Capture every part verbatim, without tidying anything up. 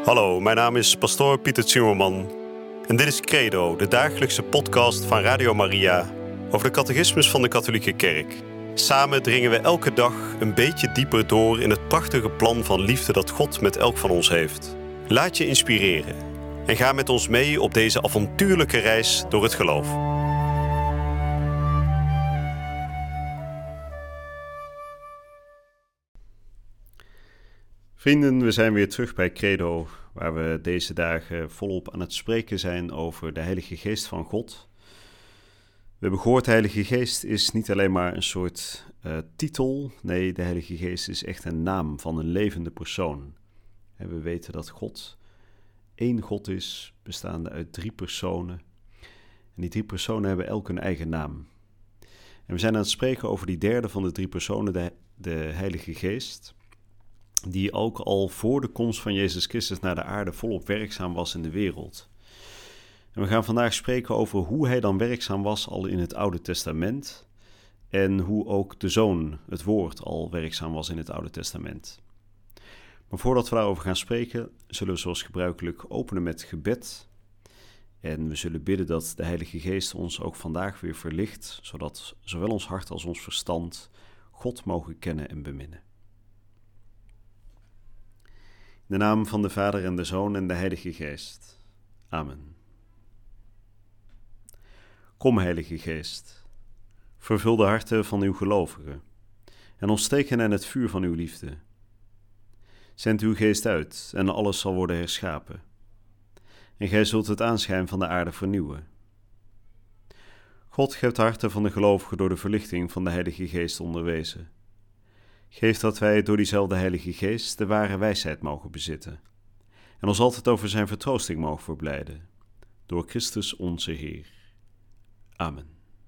Hallo, mijn naam is pastoor Pieter Zimmerman en dit is Credo, de dagelijkse podcast van Radio Maria over de catechismus van de Katholieke Kerk. Samen dringen we elke dag een beetje dieper door in het prachtige plan van liefde dat God met elk van ons heeft. Laat je inspireren en ga met ons mee op deze avontuurlijke reis door het geloof. Vrienden, we zijn weer terug bij Credo, waar we deze dagen volop aan het spreken zijn over de Heilige Geest van God. We hebben gehoord, de Heilige Geest is niet alleen maar een soort uh, titel. Nee, de Heilige Geest is echt een naam van een levende persoon. En we weten dat God één God is, bestaande uit drie personen. En die drie personen hebben elk een eigen naam. En we zijn aan het spreken over die derde van de drie personen, de, de Heilige Geest, die ook al voor de komst van Jezus Christus naar de aarde volop werkzaam was in de wereld. En we gaan vandaag spreken over hoe hij dan werkzaam was al in het Oude Testament en hoe ook de Zoon, het Woord, al werkzaam was in het Oude Testament. Maar voordat we daarover gaan spreken, zullen we zoals gebruikelijk openen met gebed. En we zullen bidden dat de Heilige Geest ons ook vandaag weer verlicht, zodat zowel ons hart als ons verstand God mogen kennen en beminnen. In de naam van de Vader en de Zoon en de Heilige Geest. Amen. Kom, Heilige Geest, vervul de harten van uw gelovigen en ontsteek hen in het vuur van uw liefde. Zend uw geest uit en alles zal worden herschapen. En gij zult het aanschijn van de aarde vernieuwen. God geeft de harten van de gelovigen door de verlichting van de Heilige Geest onderwezen. Geef dat wij door diezelfde Heilige Geest de ware wijsheid mogen bezitten en ons altijd over zijn vertroosting mogen verblijden. Door Christus onze Heer. Amen.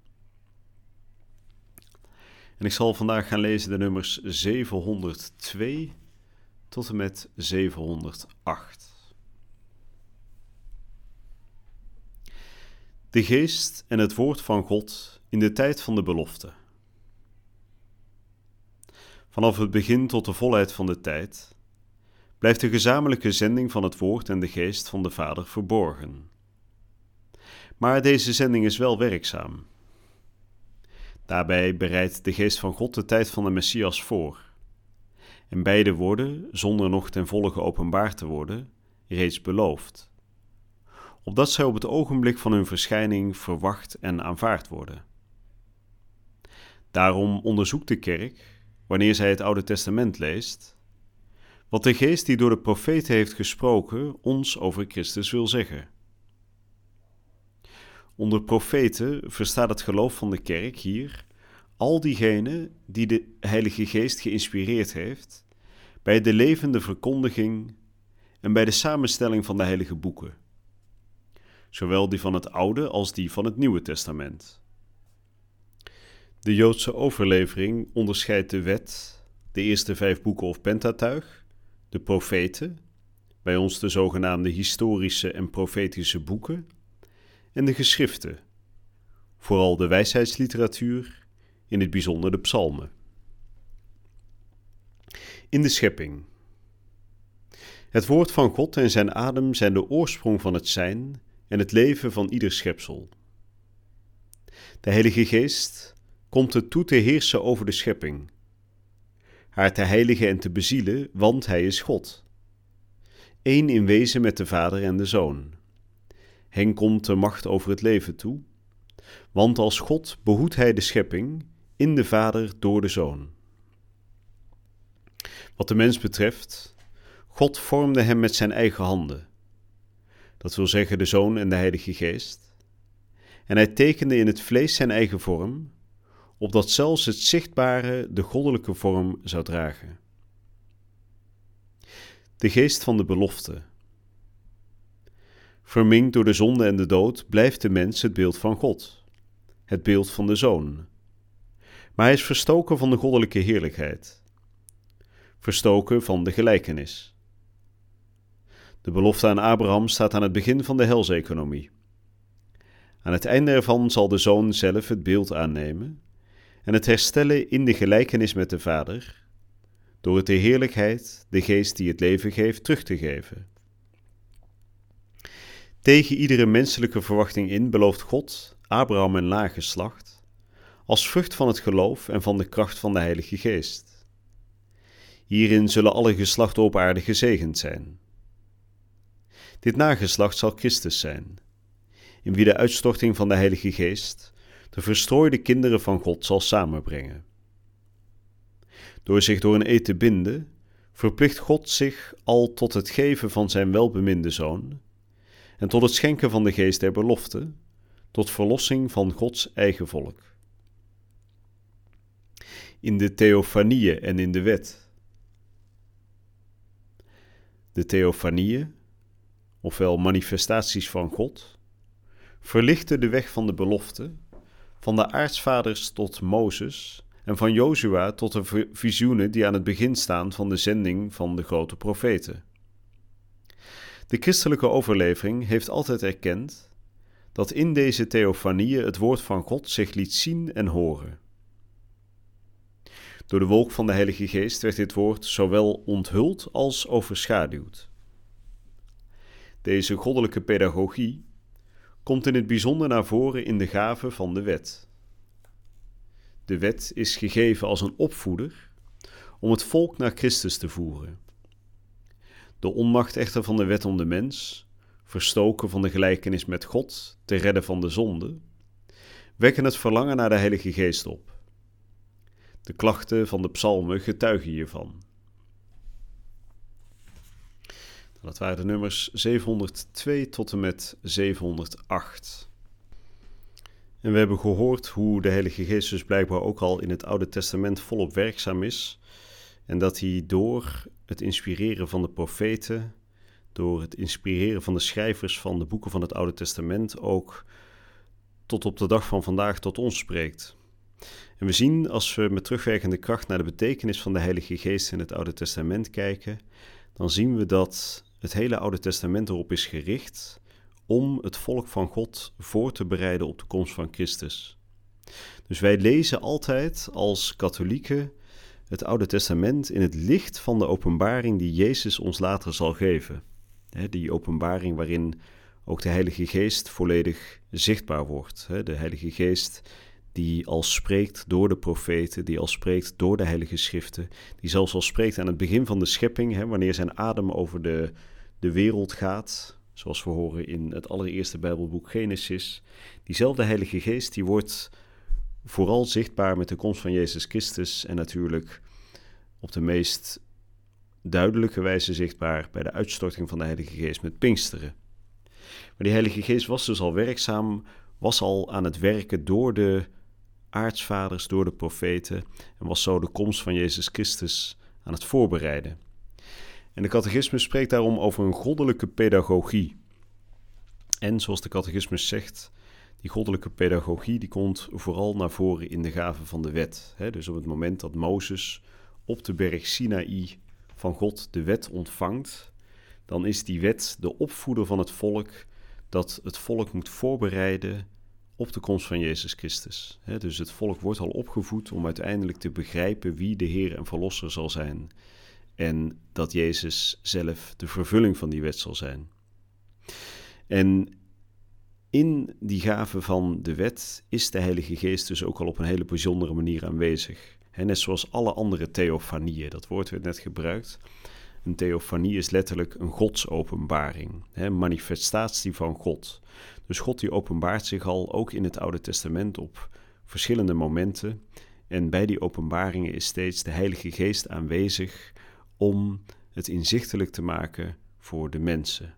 En ik zal vandaag gaan lezen de nummers zevenhonderdtwee tot en met zevenhonderdacht. De Geest en het Woord van God in de tijd van de belofte. Vanaf het begin tot de volheid van de tijd blijft de gezamenlijke zending van het Woord en de Geest van de Vader verborgen. Maar deze zending is wel werkzaam. Daarbij bereidt de Geest van God de tijd van de Messias voor. En beide worden, zonder nog ten volle geopenbaard te worden, reeds beloofd. Opdat zij op het ogenblik van hun verschijning verwacht en aanvaard worden. Daarom onderzoekt de Kerk, wanneer zij het Oude Testament leest, wat de Geest die door de profeten heeft gesproken ons over Christus wil zeggen. Onder profeten verstaat het geloof van de Kerk hier al diegenen die de Heilige Geest geïnspireerd heeft bij de levende verkondiging en bij de samenstelling van de heilige boeken, zowel die van het Oude als die van het Nieuwe Testament. De Joodse overlevering onderscheidt de wet, de eerste vijf boeken of Pentateuch, de profeten, bij ons de zogenaamde historische en profetische boeken, en de geschriften, vooral de wijsheidsliteratuur, in het bijzonder de psalmen. In de schepping. Het woord van God en zijn adem zijn de oorsprong van het zijn en het leven van ieder schepsel. De Heilige Geest komt het toe te heersen over de schepping, haar te heiligen en te bezielen, want hij is God. Eén in wezen met de Vader en de Zoon. Hen komt de macht over het leven toe, want als God behoedt hij de schepping in de Vader door de Zoon. Wat de mens betreft, God vormde hem met zijn eigen handen, dat wil zeggen de Zoon en de Heilige Geest, en hij tekende in het vlees zijn eigen vorm, opdat zelfs het zichtbare de goddelijke vorm zou dragen. De geest van de belofte. Verminkt door de zonde en de dood blijft de mens het beeld van God, het beeld van de Zoon. Maar hij is verstoken van de goddelijke heerlijkheid, verstoken van de gelijkenis. De belofte aan Abraham staat aan het begin van de helseconomie. Aan het einde ervan zal de Zoon zelf het beeld aannemen en het herstellen in de gelijkenis met de Vader, door het de heerlijkheid, de geest die het leven geeft, terug te geven. Tegen iedere menselijke verwachting in belooft God Abraham een nageslacht, als vrucht van het geloof en van de kracht van de Heilige Geest. Hierin zullen alle geslachten op aarde gezegend zijn. Dit nageslacht zal Christus zijn, in wie de uitstorting van de Heilige Geest de verstrooide kinderen van God zal samenbrengen. Door zich door een eed te binden, verplicht God zich al tot het geven van zijn welbeminde Zoon en tot het schenken van de geest der belofte, tot verlossing van Gods eigen volk. In de theofanieën en in de wet. De theofanieën, ofwel manifestaties van God, verlichten de weg van de belofte, van de aartsvaders tot Mozes en van Jozua tot de visioenen die aan het begin staan van de zending van de grote profeten. De christelijke overlevering heeft altijd erkend dat in deze theofanieën het woord van God zich liet zien en horen. Door de wolk van de Heilige Geest werd dit woord zowel onthuld als overschaduwd. Deze goddelijke pedagogie komt in het bijzonder naar voren in de gave van de wet. De wet is gegeven als een opvoeder om het volk naar Christus te voeren. De onmacht echter van de wet om de mens, verstoken van de gelijkenis met God, te redden van de zonde, wekken het verlangen naar de Heilige Geest op. De klachten van de psalmen getuigen hiervan. Dat waren de nummers zevenhonderdtwee tot en met zevenhonderdacht. En we hebben gehoord hoe de Heilige Geest dus blijkbaar ook al in het Oude Testament volop werkzaam is. En dat hij door het inspireren van de profeten, door het inspireren van de schrijvers van de boeken van het Oude Testament ook tot op de dag van vandaag tot ons spreekt. En we zien, als we met terugwerkende kracht naar de betekenis van de Heilige Geest in het Oude Testament kijken, dan zien we dat het hele Oude Testament erop is gericht om het volk van God voor te bereiden op de komst van Christus. Dus wij lezen altijd als katholieken het Oude Testament in het licht van de openbaring die Jezus ons later zal geven. Die openbaring waarin ook de Heilige Geest volledig zichtbaar wordt. De Heilige Geest die al spreekt door de profeten, die al spreekt door de Heilige Schriften, die zelfs al spreekt aan het begin van de schepping, wanneer zijn adem over de, de wereld gaat, zoals we horen in het allereerste Bijbelboek Genesis. Diezelfde Heilige Geest die wordt vooral zichtbaar met de komst van Jezus Christus en natuurlijk op de meest duidelijke wijze zichtbaar bij de uitstorting van de Heilige Geest met Pinksteren. Maar die Heilige Geest was dus al werkzaam, was al aan het werken door de aartsvaders, door de profeten en was zo de komst van Jezus Christus aan het voorbereiden. En de catechismus spreekt daarom over een goddelijke pedagogie. En zoals de catechismus zegt, die goddelijke pedagogie die komt vooral naar voren in de gave van de wet. He, dus op het moment dat Mozes op de berg Sinaï van God de wet ontvangt, dan is die wet de opvoeder van het volk dat het volk moet voorbereiden op de komst van Jezus Christus. He, dus het volk wordt al opgevoed om uiteindelijk te begrijpen wie de Heer en Verlosser zal zijn en dat Jezus zelf de vervulling van die wet zal zijn. En in die gave van de wet is de Heilige Geest dus ook al op een hele bijzondere manier aanwezig. He, net zoals alle andere theofanieën, dat woord werd net gebruikt. Een theofanie is letterlijk een godsopenbaring, een manifestatie van God. Dus God die openbaart zich al ook in het Oude Testament op verschillende momenten. En bij die openbaringen is steeds de Heilige Geest aanwezig om het inzichtelijk te maken voor de mensen.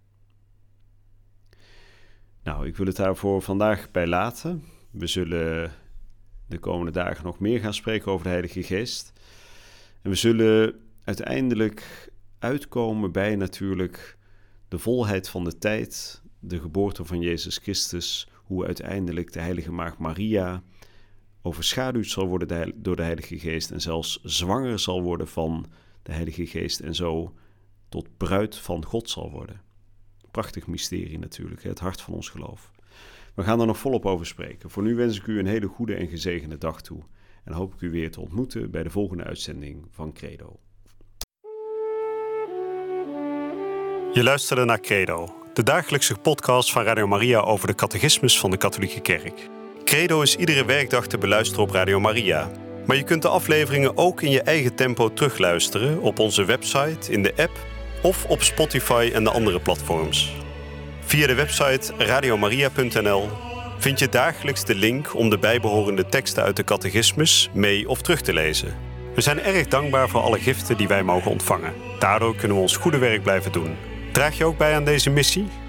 Nou, ik wil het daarvoor vandaag bij laten. We zullen de komende dagen nog meer gaan spreken over de Heilige Geest. En we zullen uiteindelijk uitkomen bij natuurlijk de volheid van de tijd, de geboorte van Jezus Christus, hoe uiteindelijk de Heilige Maagd Maria overschaduwd zal worden door de Heilige Geest en zelfs zwanger zal worden van de Heilige Geest en zo tot bruid van God zal worden. Prachtig mysterie natuurlijk, het hart van ons geloof. We gaan er nog volop over spreken. Voor nu wens ik u een hele goede en gezegende dag toe en hoop ik u weer te ontmoeten bij de volgende uitzending van Credo. Je luisterde naar Credo, de dagelijkse podcast van Radio Maria over de catechismus van de Katholieke Kerk. Credo is iedere werkdag te beluisteren op Radio Maria. Maar je kunt de afleveringen ook in je eigen tempo terugluisteren op onze website, in de app of op Spotify en de andere platforms. Via de website radiomaria punt n l vind je dagelijks de link om de bijbehorende teksten uit de catechismus mee of terug te lezen. We zijn erg dankbaar voor alle giften die wij mogen ontvangen. Daardoor kunnen we ons goede werk blijven doen. Draag je ook bij aan deze missie?